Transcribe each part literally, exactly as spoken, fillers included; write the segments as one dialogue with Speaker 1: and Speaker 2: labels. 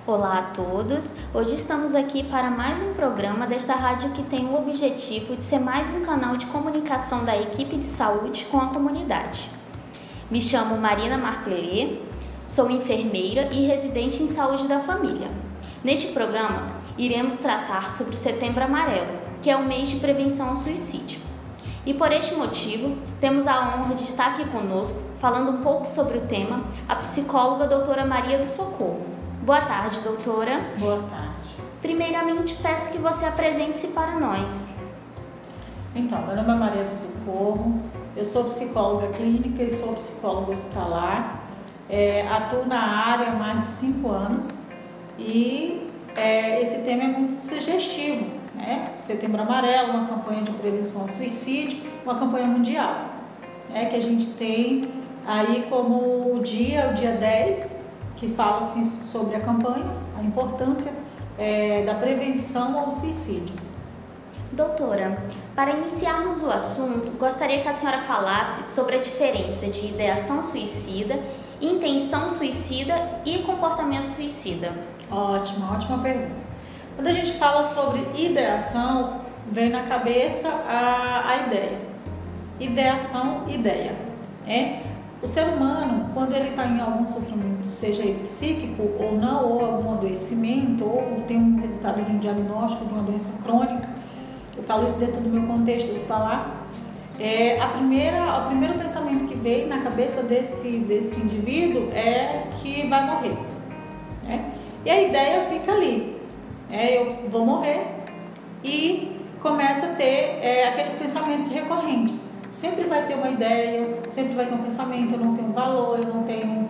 Speaker 1: Olá a todos! Hoje estamos aqui para mais um programa desta rádio que tem o objetivo de ser mais um canal de comunicação da equipe de saúde com a comunidade. Me chamo Marina Marclelê, sou enfermeira e residente em saúde da família. Neste programa, iremos tratar sobre o Setembro Amarelo, que é o mês de prevenção ao suicídio. E por este motivo, temos a honra de estar aqui conosco, falando um pouco sobre o tema, a psicóloga doutora Maria do Socorro. Boa tarde, doutora.
Speaker 2: Boa tarde.
Speaker 1: Primeiramente, peço que você apresente-se para nós.
Speaker 2: Então, meu nome é Maria do Socorro, eu sou psicóloga clínica e sou psicóloga hospitalar, é, atuo na área há mais de cinco anos e é, esse tema é muito sugestivo, né? Setembro Amarelo, uma campanha de prevenção ao suicídio, uma campanha mundial, né? Que a gente tem aí como o dia, o dia dez, que fala assim, sobre a campanha, a importância é, da prevenção ao suicídio.
Speaker 1: Doutora, para iniciarmos o assunto, gostaria que a senhora falasse sobre a diferença de ideação suicida, intenção suicida e comportamento suicida.
Speaker 2: Ótima, ótima pergunta. Quando a gente fala sobre ideação, vem na cabeça a, a ideia. Ideação, ideia, né? O ser humano, quando ele está em algum sofrimento, seja ele psíquico ou não, ou algum adoecimento, ou tem um resultado de um diagnóstico de uma doença crônica, eu falo isso dentro do meu contexto hospitalar, é, a primeira, o primeiro pensamento que vem na cabeça desse, desse indivíduo é que vai morrer, né? E a ideia fica ali, é, eu vou morrer, e começa a ter é, aqueles pensamentos recorrentes. Sempre vai ter uma ideia, sempre vai ter um pensamento, eu não tenho valor, eu não tenho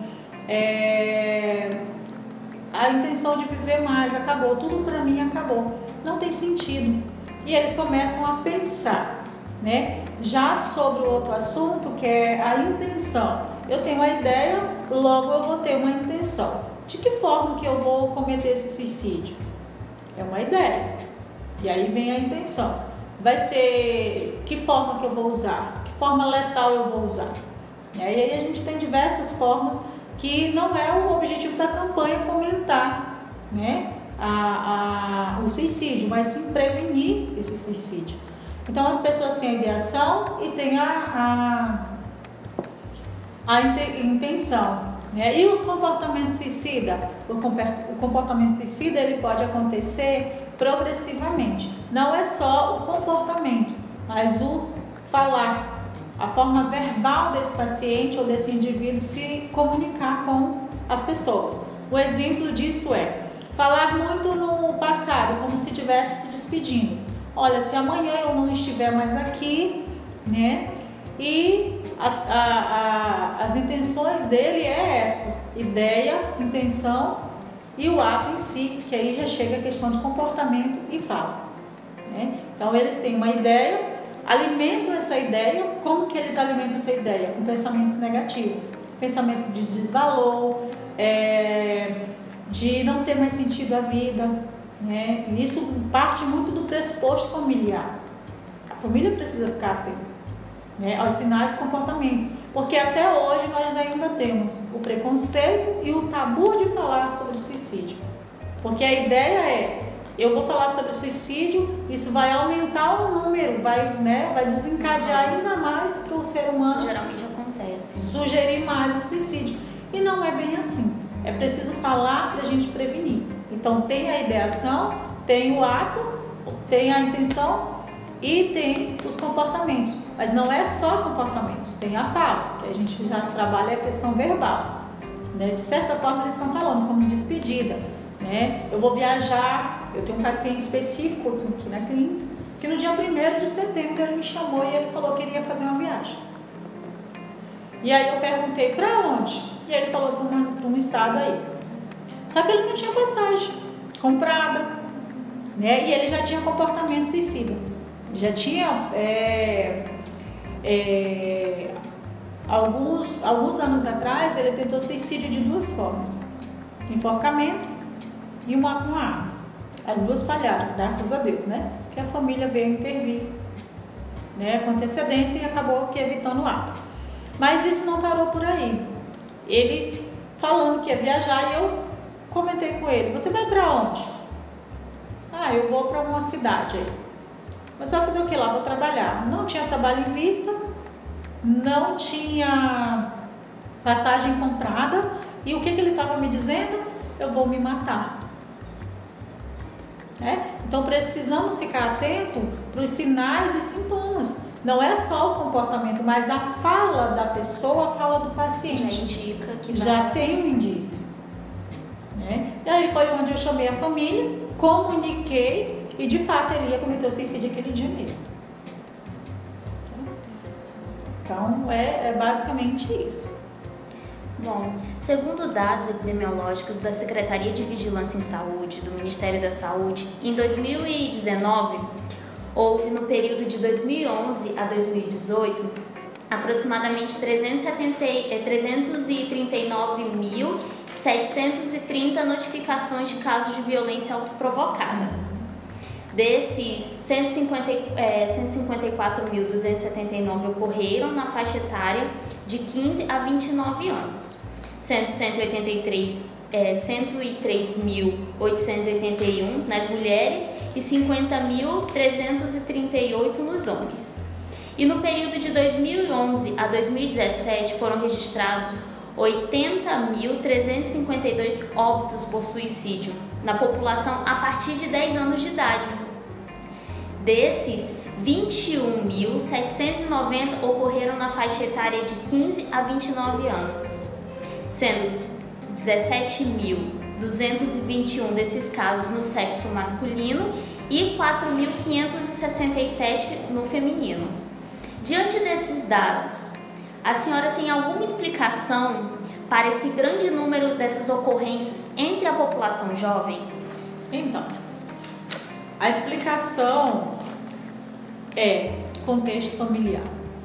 Speaker 2: é, a intenção de viver mais, acabou, tudo para mim acabou, não tem sentido. E eles começam a pensar, né? Já sobre o outro assunto, que é a intenção. Eu tenho a ideia, logo eu vou ter uma intenção. De que forma que eu vou cometer esse suicídio? É uma ideia. E aí vem a intenção. Vai ser que forma que eu vou usar, que forma letal eu vou usar. E aí a gente tem diversas formas que não é o objetivo da campanha fomentar, né, a, a, o suicídio, mas sim prevenir esse suicídio. Então as pessoas têm a ideação e têm a, a, a intenção. Né? E os comportamentos suicida? O comportamento suicida ele pode acontecer progressivamente. Não é só o comportamento, mas o falar, a forma verbal desse paciente ou desse indivíduo se comunicar com as pessoas. O exemplo disso é falar muito no passado, como se estivesse se despedindo. Olha, se amanhã eu não estiver mais aqui, né? E as, a, a, as intenções dele é essa, ideia, intenção e o ato em si, que aí já chega a questão de comportamento e fala, né? Então eles têm uma ideia, alimentam essa ideia. Como que eles alimentam essa ideia? Com pensamentos negativos, pensamento de desvalor, é, de não ter mais sentido a vida, né? Isso parte muito do pressuposto familiar. A família precisa ficar atenta, né, aos sinais de comportamento, porque até hoje nós ainda temos o preconceito e o tabu de falar sobre suicídio, porque a ideia é, eu vou falar sobre suicídio, isso vai aumentar o número, vai, né, vai desencadear ainda mais para o ser humano.
Speaker 1: Isso geralmente acontece.
Speaker 2: Sugerir mais o suicídio, e não é bem assim. É preciso falar para a gente prevenir. Então tem a ideação, tem o ato, tem a intenção e tem os comportamentos, mas não é só comportamentos, tem a fala, que a gente já trabalha a questão verbal, né? De certa forma eles estão falando como despedida, né? Eu vou viajar, eu tenho um paciente específico aqui na clínica, que no dia primeiro de setembro ele me chamou e ele falou que queria fazer uma viagem. E aí eu perguntei para onde? E ele falou para um estado aí. Só que ele não tinha passagem comprada, né? E ele já tinha comportamento suicida. Já tinha é, é, alguns, alguns anos atrás ele tentou suicídio de duas formas: enforcamento e uma com arma. As duas falharam, graças a Deus, né? Que a família veio intervir, né, com antecedência e acabou que evitando o ato. Mas isso não parou por aí. Ele falando que ia viajar e eu comentei com ele, você vai para onde? Ah, eu vou para uma cidade aí. Você vai fazer o que lá? Vou trabalhar. Não tinha trabalho em vista, não tinha passagem comprada. E o que, que ele estava me dizendo? Eu vou me matar. É? Então precisamos ficar atento para os sinais e os sintomas. Não é só o comportamento, mas a fala da pessoa, a fala do paciente.
Speaker 1: Já indica que
Speaker 2: já
Speaker 1: vai...
Speaker 2: tem um indício. Né? E aí foi onde eu chamei a família, comuniquei e de fato ele ia cometer o suicídio aquele dia mesmo. Então é, é basicamente isso.
Speaker 1: Bom, segundo dados epidemiológicos da Secretaria de Vigilância em Saúde do Ministério da Saúde, em dois mil e dezenove, houve no período de dois mil e onze a dois mil e dezoito, aproximadamente trezentos e trinta e nove mil setecentos e trinta notificações de casos de violência autoprovocada. Desses, cento e cinquenta, é, cento e cinquenta e quatro mil duzentos e setenta e nove ocorreram na faixa etária de quinze a vinte e nove anos, sendo cento e oitenta e três, é, cento e três mil oitocentos e oitenta e um nas mulheres e cinquenta mil trezentos e trinta e oito nos homens. E no período de dois mil e onze a dois mil e dezessete foram registrados oitenta mil trezentos e cinquenta e dois óbitos por suicídio na população a partir de dez anos de idade. Desses, vinte e um mil setecentos e noventa ocorreram na faixa etária de quinze a vinte e nove anos, sendo dezessete mil duzentos e vinte e um desses casos no sexo masculino e quatro mil quinhentos e sessenta e sete no feminino. Diante desses dados, a senhora tem alguma explicação para esse grande número dessas ocorrências entre a população jovem?
Speaker 2: Então, a explicação é contexto familiar.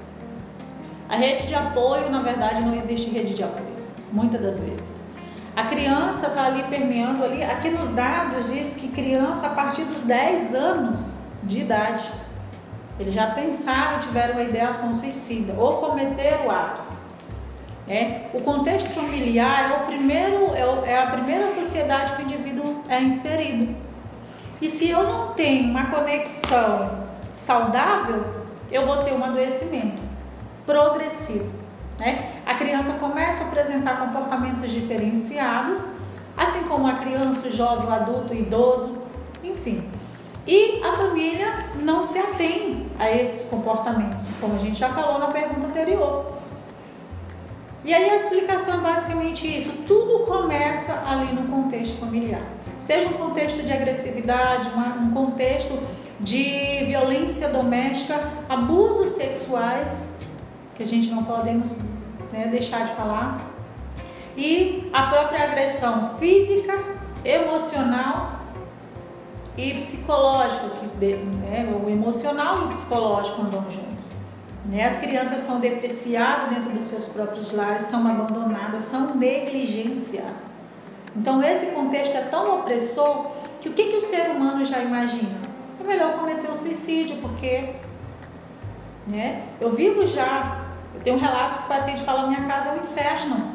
Speaker 2: A rede de apoio, na verdade, não existe rede de apoio, muitas das vezes. A criança está ali permeando ali, aqui nos dados diz que criança a partir dos dez anos de idade, eles já pensaram, tiveram uma ideação suicida ou cometeram o ato. É, o contexto familiar é, o primeiro, é, o, é a primeira sociedade que o indivíduo é inserido. E se eu não tenho uma conexão saudável, eu vou ter um adoecimento progressivo. Né? A criança começa a apresentar comportamentos diferenciados, assim como a criança, o jovem, o adulto, o idoso, enfim. E a família não se atém a esses comportamentos, como a gente já falou na pergunta anterior. E aí a explicação é basicamente isso, tudo começa ali no contexto familiar. Seja um contexto de agressividade, um contexto de violência doméstica, abusos sexuais, que a gente não podemos, né, deixar de falar, e a própria agressão física, emocional e psicológica, que, né, o emocional e o psicológico andam juntos. Né? As crianças são depreciadas dentro dos seus próprios lares, são abandonadas, são negligenciadas. Então esse contexto é tão opressor que o que, que o ser humano já imagina? É melhor cometer o suicídio, porque, né, eu vivo já, eu tenho relatos que o paciente fala, minha casa é um inferno.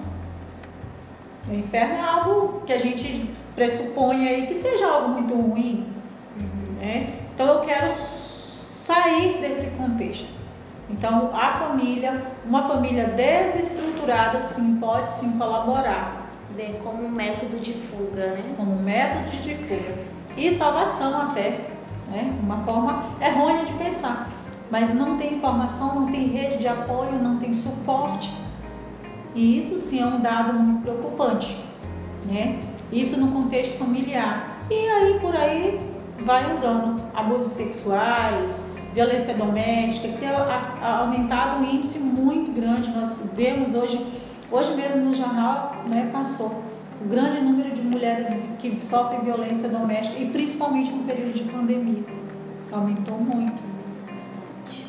Speaker 2: O inferno é algo que a gente pressupõe aí que seja algo muito ruim. Uhum. Né? Então eu quero sair desse contexto. Então a família, uma família desestruturada, sim, pode sim colaborar.
Speaker 1: Ver como um método de fuga, né?
Speaker 2: Como um método de fuga. E salvação até, né? Uma forma errônea de pensar. Mas não tem informação, não tem rede de apoio, não tem suporte. E isso sim é um dado muito preocupante, né? Isso no contexto familiar. E aí por aí vai andando. Abusos sexuais, violência doméstica, que tem aumentado um índice muito grande. Nós vemos hoje, hoje mesmo no jornal, né, passou o grande número de mulheres que sofrem violência doméstica e principalmente no período de pandemia. Aumentou muito.
Speaker 1: Bastante.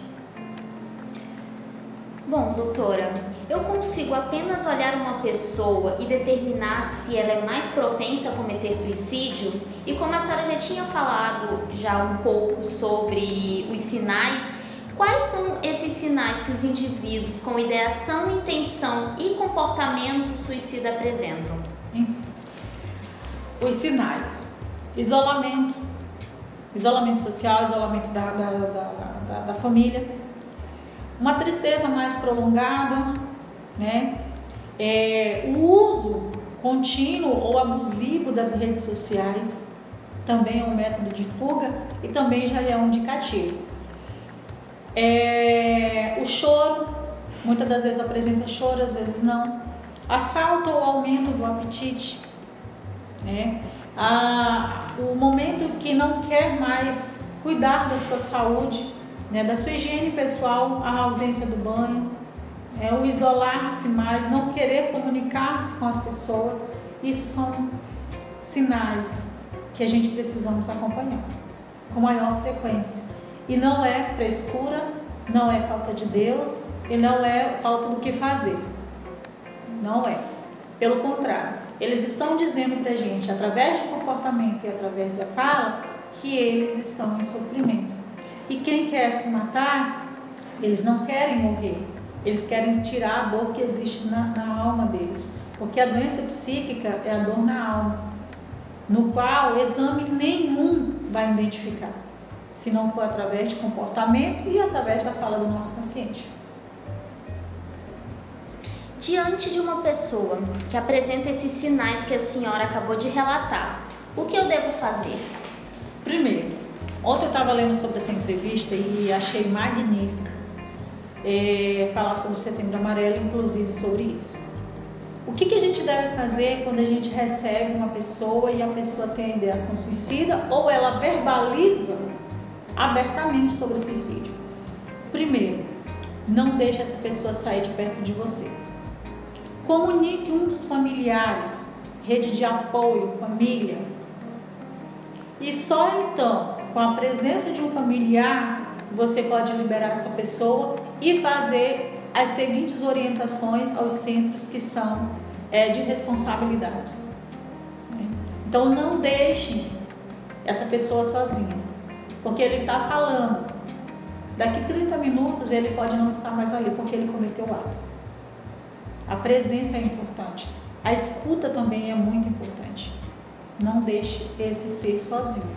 Speaker 1: Bom, doutora, eu consigo apenas olhar uma pessoa e determinar se ela é mais propensa a cometer suicídio? E como a senhora já tinha falado já um pouco sobre os sinais, quais são esses sinais que os indivíduos com ideação, intenção e comportamento suicida apresentam?
Speaker 2: os sinais: isolamento, isolamento social, isolamento da, da, da, da, da família, uma tristeza mais prolongada, né? É, o uso contínuo ou abusivo das redes sociais também é um método de fuga e também já é um indicativo. É, o choro, muitas das vezes apresenta choro, às vezes não. A falta ou aumento do apetite, né? A, o momento que não quer mais cuidar da sua saúde, né? Da sua higiene pessoal, a ausência do banho, é, o isolar-se mais, não querer comunicar-se com as pessoas. Isso são sinais que a gente precisamos acompanhar com maior frequência. E não é frescura, não é falta de Deus e não é falta do que fazer. Não é. Pelo contrário, eles estão dizendo pra gente, através do comportamento e através da fala, que eles estão em sofrimento. E quem quer se matar, eles não querem morrer. Eles querem tirar a dor que existe na, na alma deles. Porque a doença psíquica é a dor na alma, no qual exame nenhum vai identificar, se não for através de comportamento e através da fala do nosso paciente.
Speaker 1: Diante de uma pessoa que apresenta esses sinais que a senhora acabou de relatar, o que eu devo fazer?
Speaker 2: Primeiro, ontem eu estava lendo sobre essa entrevista e achei magnífica é, falar sobre o Setembro Amarelo, inclusive sobre isso. O que, que a gente deve fazer quando a gente recebe uma pessoa e a pessoa tem a ideação suicida ou ela verbaliza abertamente sobre o suicídio? Primeiro, não deixe essa pessoa sair de perto de você. Comunique um dos familiares, rede de apoio, família. E só então, com a presença de um familiar, você pode liberar essa pessoa e fazer as seguintes orientações aos centros que são é, de responsabilidades. Então não deixe essa pessoa sozinha, porque ele está falando, daqui trinta minutos ele pode não estar mais ali, porque ele cometeu o ato. A presença é importante, a escuta também é muito importante. Não deixe esse ser sozinho.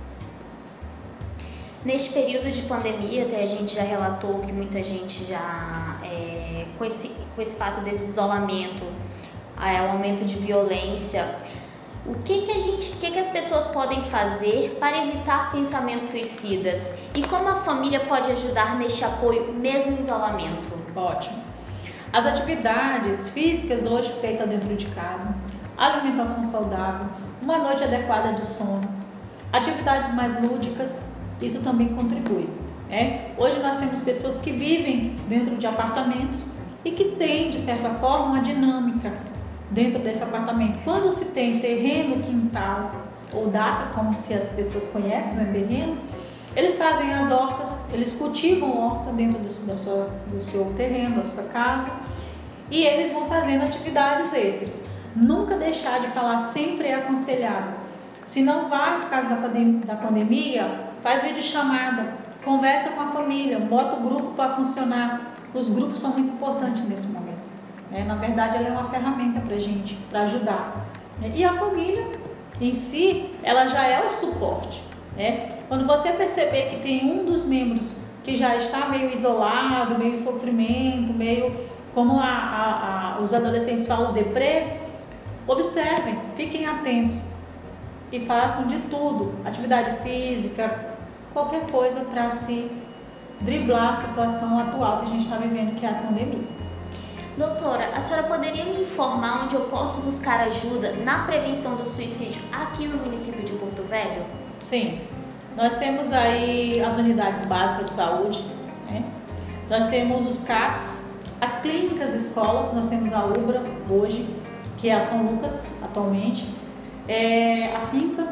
Speaker 1: Neste período de pandemia, até a gente já relatou que muita gente já, é, com, esse, com esse fato desse isolamento, é, o aumento de violência, o que que a gente, o que que as pessoas podem fazer para evitar pensamentos suicidas? E como a família pode ajudar neste apoio, mesmo em isolamento?
Speaker 2: Ótimo. As atividades físicas hoje feitas dentro de casa, alimentação saudável, uma noite adequada de sono, atividades mais lúdicas, isso também contribui. Né? Hoje nós temos pessoas que vivem dentro de apartamentos e que têm, de certa forma, uma dinâmica dentro desse apartamento. Quando se tem terreno, quintal ou data, como se as pessoas conhecem, né, terreno, eles fazem as hortas, eles cultivam horta dentro do, do, seu, do seu terreno, da sua casa, e eles vão fazendo atividades extras. Nunca deixar de falar, sempre é aconselhado. Se não vai por causa da, pandem- da pandemia, faz videochamada, conversa com a família, bota o grupo para funcionar. Os grupos são muito importantes nesse momento. Né? Na verdade, ela é uma ferramenta para a gente, para ajudar. Né? E a família em si, ela já é o suporte. Né? Quando você perceber que tem um dos membros que já está meio isolado, meio sofrimento, meio como a, a, a, os adolescentes falam, deprê, observem, fiquem atentos e façam de tudo, atividade física, qualquer coisa para se driblar a situação atual que a gente está vivendo, que é a pandemia.
Speaker 1: Doutora, a senhora poderia me informar onde eu posso buscar ajuda na prevenção do suicídio aqui no município de Porto Velho?
Speaker 2: Sim, nós temos aí as unidades básicas de saúde, né? Nós temos os C A Ps, as clínicas escolas, nós temos a UBRA hoje, que é a São Lucas atualmente, é, a Finca,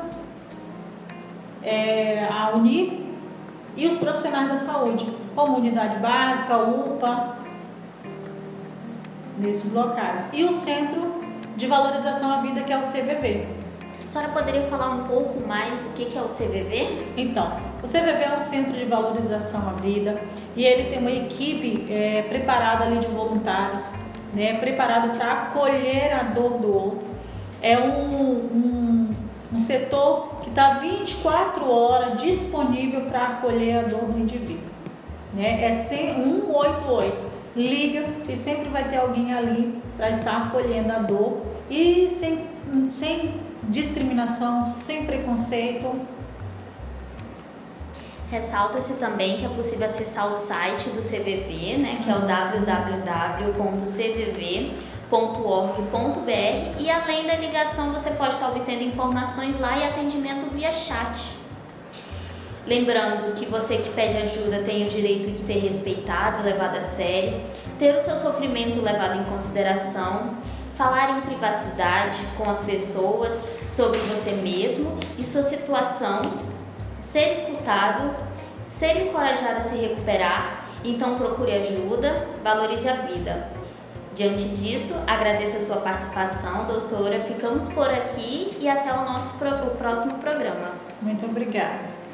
Speaker 2: é, a Uni e os profissionais da saúde, como unidade básica, U P A, nesses locais. E o Centro de Valorização à Vida, que é o C V V.
Speaker 1: A senhora poderia falar um pouco mais do que é o C V V?
Speaker 2: Então, o C V V é um Centro de Valorização à Vida e ele tem uma equipe é, preparada ali de voluntários, né, preparada para acolher a dor do outro. É um, um, Um setor que está vinte e quatro horas disponível para acolher a dor do indivíduo. Né? É um oito oito. Liga e sempre vai ter alguém ali para estar acolhendo a dor e sem, sem discriminação, sem preconceito.
Speaker 1: Ressalta-se também que é possível acessar o site do C V V, né, que é o w w w ponto c v v ponto org ponto b r, e além da ligação você pode estar obtendo informações lá e atendimento via chat. Lembrando que você que pede ajuda tem o direito de ser respeitado, levado a sério, ter o seu sofrimento levado em consideração, falar em privacidade com as pessoas sobre você mesmo e sua situação, ser escutado, ser encorajado a se recuperar. Então procure ajuda, valorize a vida. Diante disso, agradeço a sua participação, doutora. Ficamos por aqui e até o nosso pro, o próximo programa.
Speaker 2: Muito obrigada.